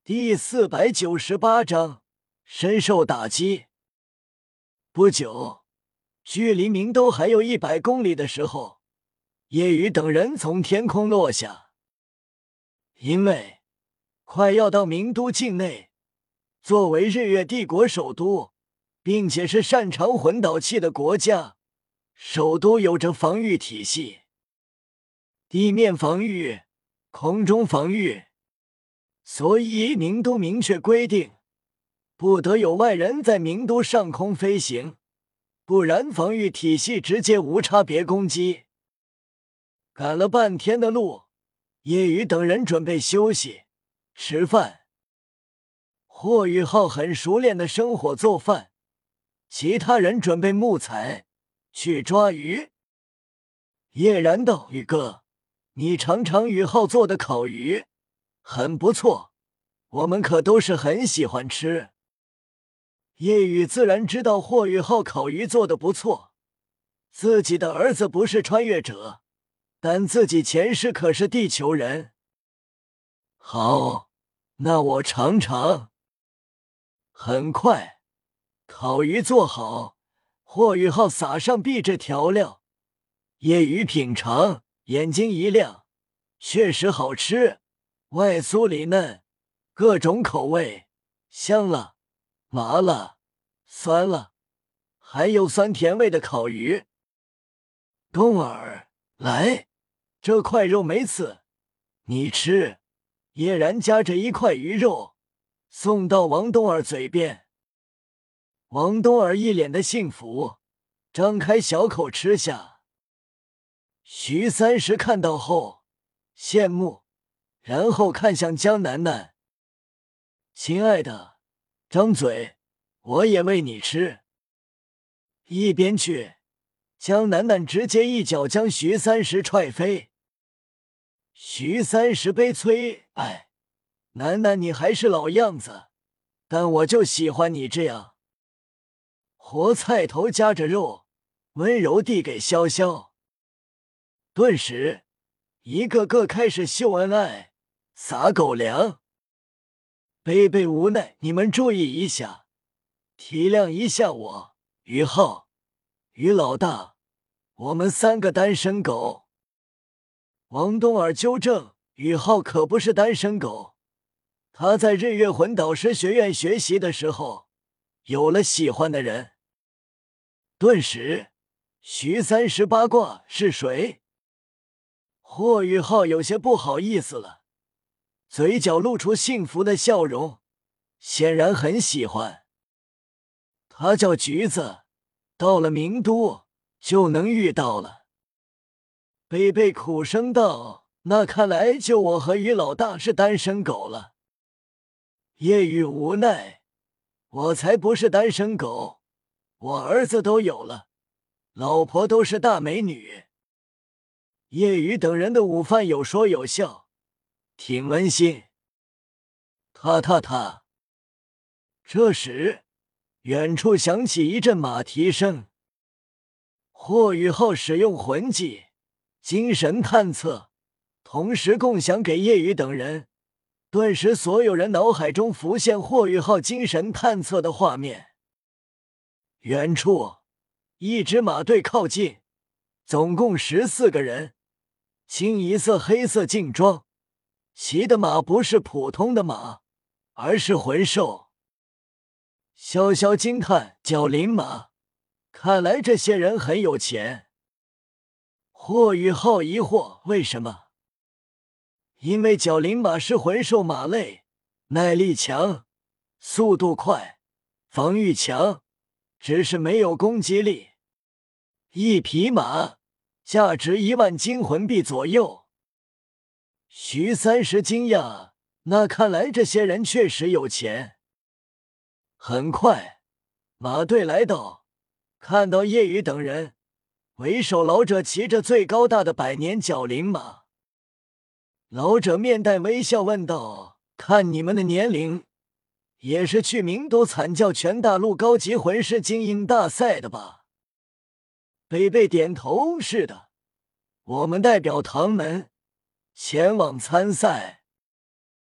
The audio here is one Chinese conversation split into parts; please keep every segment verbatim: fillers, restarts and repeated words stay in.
第四百九十八章深受打击。不久，距离明都还有一百公里的时候，叶雨等人从天空落下。因为快要到明都境内，作为日月帝国首都，并且是擅长魂导器的国家，首都有着防御体系，地面防御、空中防御。所以明都明确规定，不得有外人在明都上空飞行，不然防御体系直接无差别攻击。赶了半天的路，叶雨等人准备休息吃饭。霍雨浩很熟练的生火做饭，其他人准备木材去抓鱼。叶然道：“宇哥，你尝尝雨浩做的烤鱼，很不错，我们可都是很喜欢吃。”叶雨自然知道霍雨浩烤鱼做的不错，自己的儿子不是穿越者，但自己前世可是地球人。好，那我尝尝。很快，烤鱼做好，霍雨浩撒上秘制调料，叶雨品尝，眼睛一亮，确实好吃，外酥里嫩，各种口味，香了，麻了，酸了，还有酸甜味的烤鱼。冬儿，来，这块肉没刺，你吃。叶然夹着一块鱼肉送到王冬儿嘴边。王冬儿一脸的幸福，张开小口吃下。徐三石看到后羡慕，然后看向江楠楠：“亲爱的，张嘴，我也喂你吃。”一边去，江楠楠直接一脚将徐三石踹飞。徐三石悲催：“哎，楠楠你还是老样子，但我就喜欢你这样。”活菜头夹着肉，温柔递给潇潇。顿时，一个个开始秀恩爱，撒狗粮。贝贝无奈：“你们注意一下，体谅一下我，于浩、于老大，我们三个单身狗。”王冬儿纠正：“宇浩可不是单身狗，他在日月魂导师学院学习的时候，有了喜欢的人。”顿时，徐三十八卦是谁？霍宇浩有些不好意思了，嘴角露出幸福的笑容，显然很喜欢。他叫橘子，到了名都就能遇到了。贝贝苦声道：“那看来就我和于老大是单身狗了。”叶雨无奈：“我才不是单身狗，我儿子都有了，老婆都是大美女。”叶雨等人的午饭有说有笑，挺温馨。踏踏踏。这时，远处响起一阵马蹄声。霍雨浩使用魂技精神探测，同时共享给叶雨等人，顿时所有人脑海中浮现霍雨浩精神探测的画面。远处，一支马队靠近，总共十四个人，清一色黑色劲装，骑的马不是普通的马，而是魂兽。潇潇惊叹：“角灵马，看来这些人很有钱。”霍雨浩疑惑：“为什么？”因为角灵马是魂兽马类，耐力强，速度快，防御强，只是没有攻击力。一匹马价值一万金魂币左右。徐三石惊讶，那看来这些人确实有钱。很快，马队来到，看到叶雨等人，为首老者骑着最高大的百年角灵马。老者面带微笑问道：“看你们的年龄，也是去名都惨叫全大陆高级魂师精英大赛的吧？”贝贝点头：“是的，我们代表唐门前往参赛。”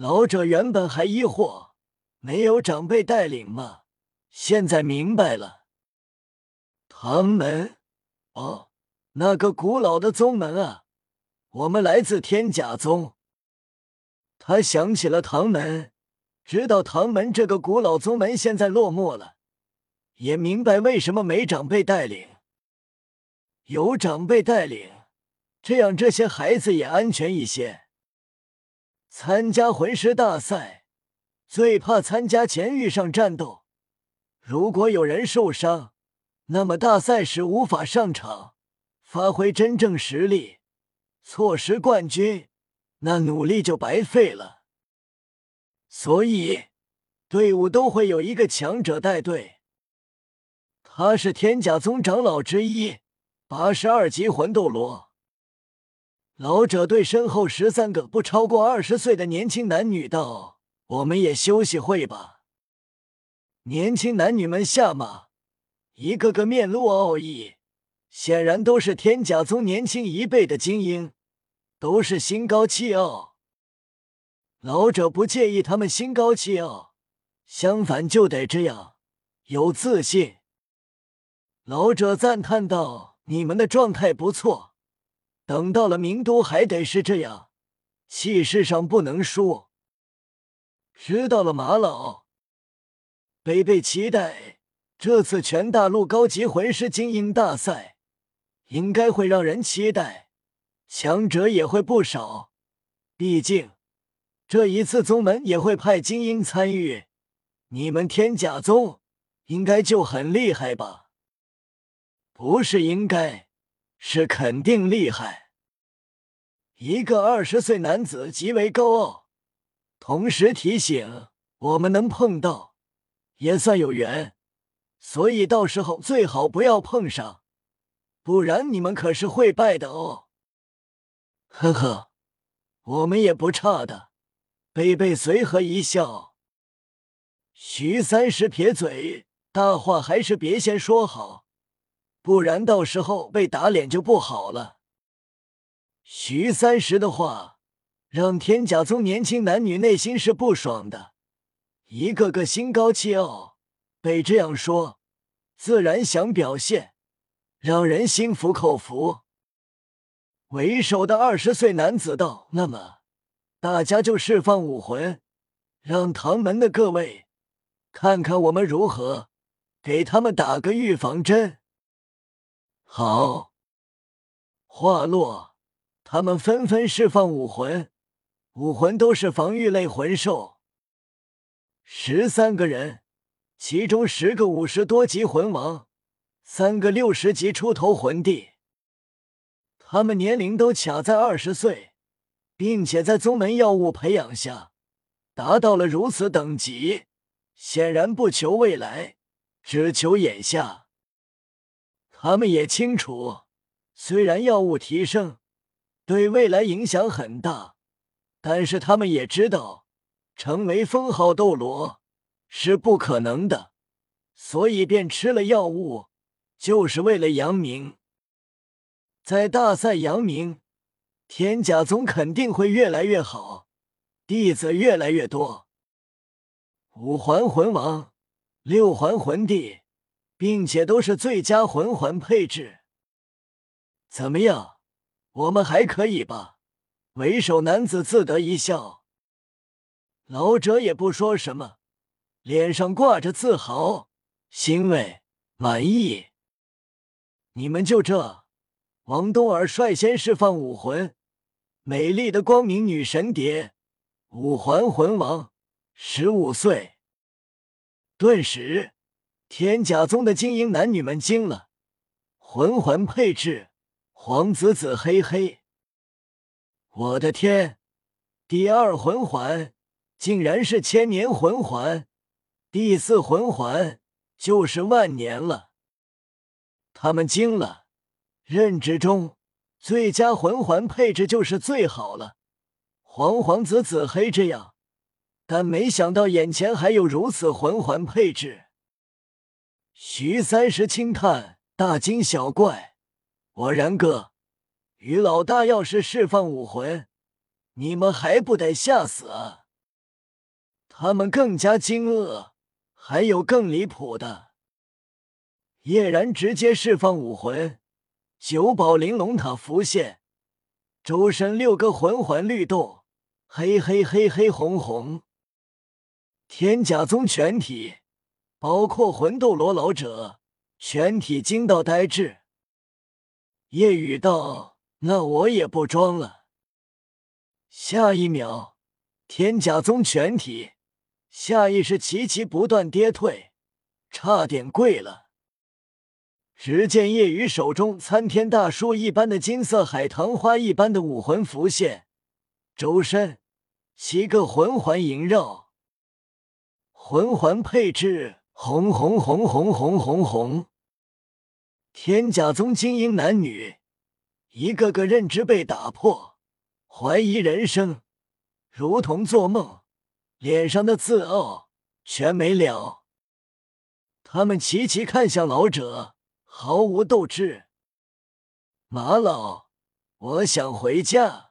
老者原本还疑惑，没有长辈带领吗？现在明白了。唐门，哦，那个古老的宗门啊，我们来自天甲宗。他想起了唐门，知道唐门这个古老宗门现在落寞了，也明白为什么没长辈带领。有长辈带领，这样这些孩子也安全一些。参加魂师大赛，最怕参加前遇上战斗，如果有人受伤，那么大赛时无法上场，发挥真正实力，错失冠军，那努力就白费了。所以，队伍都会有一个强者带队。他是天甲宗长老之一，八十二级魂斗罗。老者对身后十三个不超过二十岁的年轻男女道：“我们也休息会吧。”年轻男女们下马，一个个面露傲意，显然都是天甲宗年轻一辈的精英，都是心高气傲。老者不介意他们心高气傲，相反就得这样，有自信。老者赞叹道：“你们的状态不错，等到了名都还得是这样，气势上不能输。”知道了，马老。贝贝期待这次全大陆高级魂师精英大赛，应该会让人期待，强者也会不少。毕竟这一次宗门也会派精英参与，你们天甲宗应该就很厉害吧？不是应该，是肯定厉害。一个二十岁男子极为高傲，同时提醒我们能碰到也算有缘，所以到时候最好不要碰上，不然你们可是会败的哦。呵呵，我们也不差的。贝贝随和一笑。徐三石撇嘴，大话还是别先说好，不然到时候被打脸就不好了。徐三石的话让天甲宗年轻男女内心是不爽的，一个个心高气傲，被这样说自然想表现，让人心服口服。为首的二十岁男子道：“那么大家就释放武魂，让唐门的各位看看我们如何给他们打个预防针。”好。话落，他们纷纷释放武魂，武魂都是防御类魂兽。十三个人，其中十个五十多级魂王，三个六十级出头魂帝。他们年龄都卡在二十岁，并且在宗门药物培养下达到了如此等级，显然不求未来，只求眼下。他们也清楚，虽然药物提升对未来影响很大，但是他们也知道成为封号斗罗是不可能的，所以便吃了药物，就是为了扬名。在大赛扬名，天甲宗肯定会越来越好，弟子越来越多。五环魂王，六环魂帝，并且都是最佳魂环配置。怎么样，我们还可以吧？为首男子自得一笑。老者也不说什么，脸上挂着自豪、欣慰、满意。你们就这？王东儿率先释放武魂，美丽的光明女神蝶，五环魂王，十五岁。顿时，天甲宗的精英男女们惊了。魂环配置，黄紫紫黑黑。我的天，第二魂环竟然是千年魂环，第四魂环就是万年了。他们惊了。认知中最佳魂环配置就是最好了，黄黄紫紫黑这样，但没想到眼前还有如此魂环配置。徐三石轻叹，大惊小怪。我然哥，于老大要是释放武魂，你们还不得吓死啊？ 他们更加惊愕，还有更离谱的。叶然直接释放武魂，九宝玲珑塔浮现，周身六个魂环律动，黑黑黑黑红红。天甲宗全体，包括魂斗罗老者，全体惊到呆滞。夜雨道：“那我也不装了。”下一秒，天甲宗全体下意识齐齐不断跌退，差点跪了。只见夜雨手中参天大树一般的金色海棠花一般的武魂浮现，周身七个魂环萦绕，魂环配置红红红红红红红。天甲宗精英男女一个个认知被打破，怀疑人生，如同做梦，脸上的自傲全没了。他们齐齐看向老者，毫无斗志。马老，我想回家。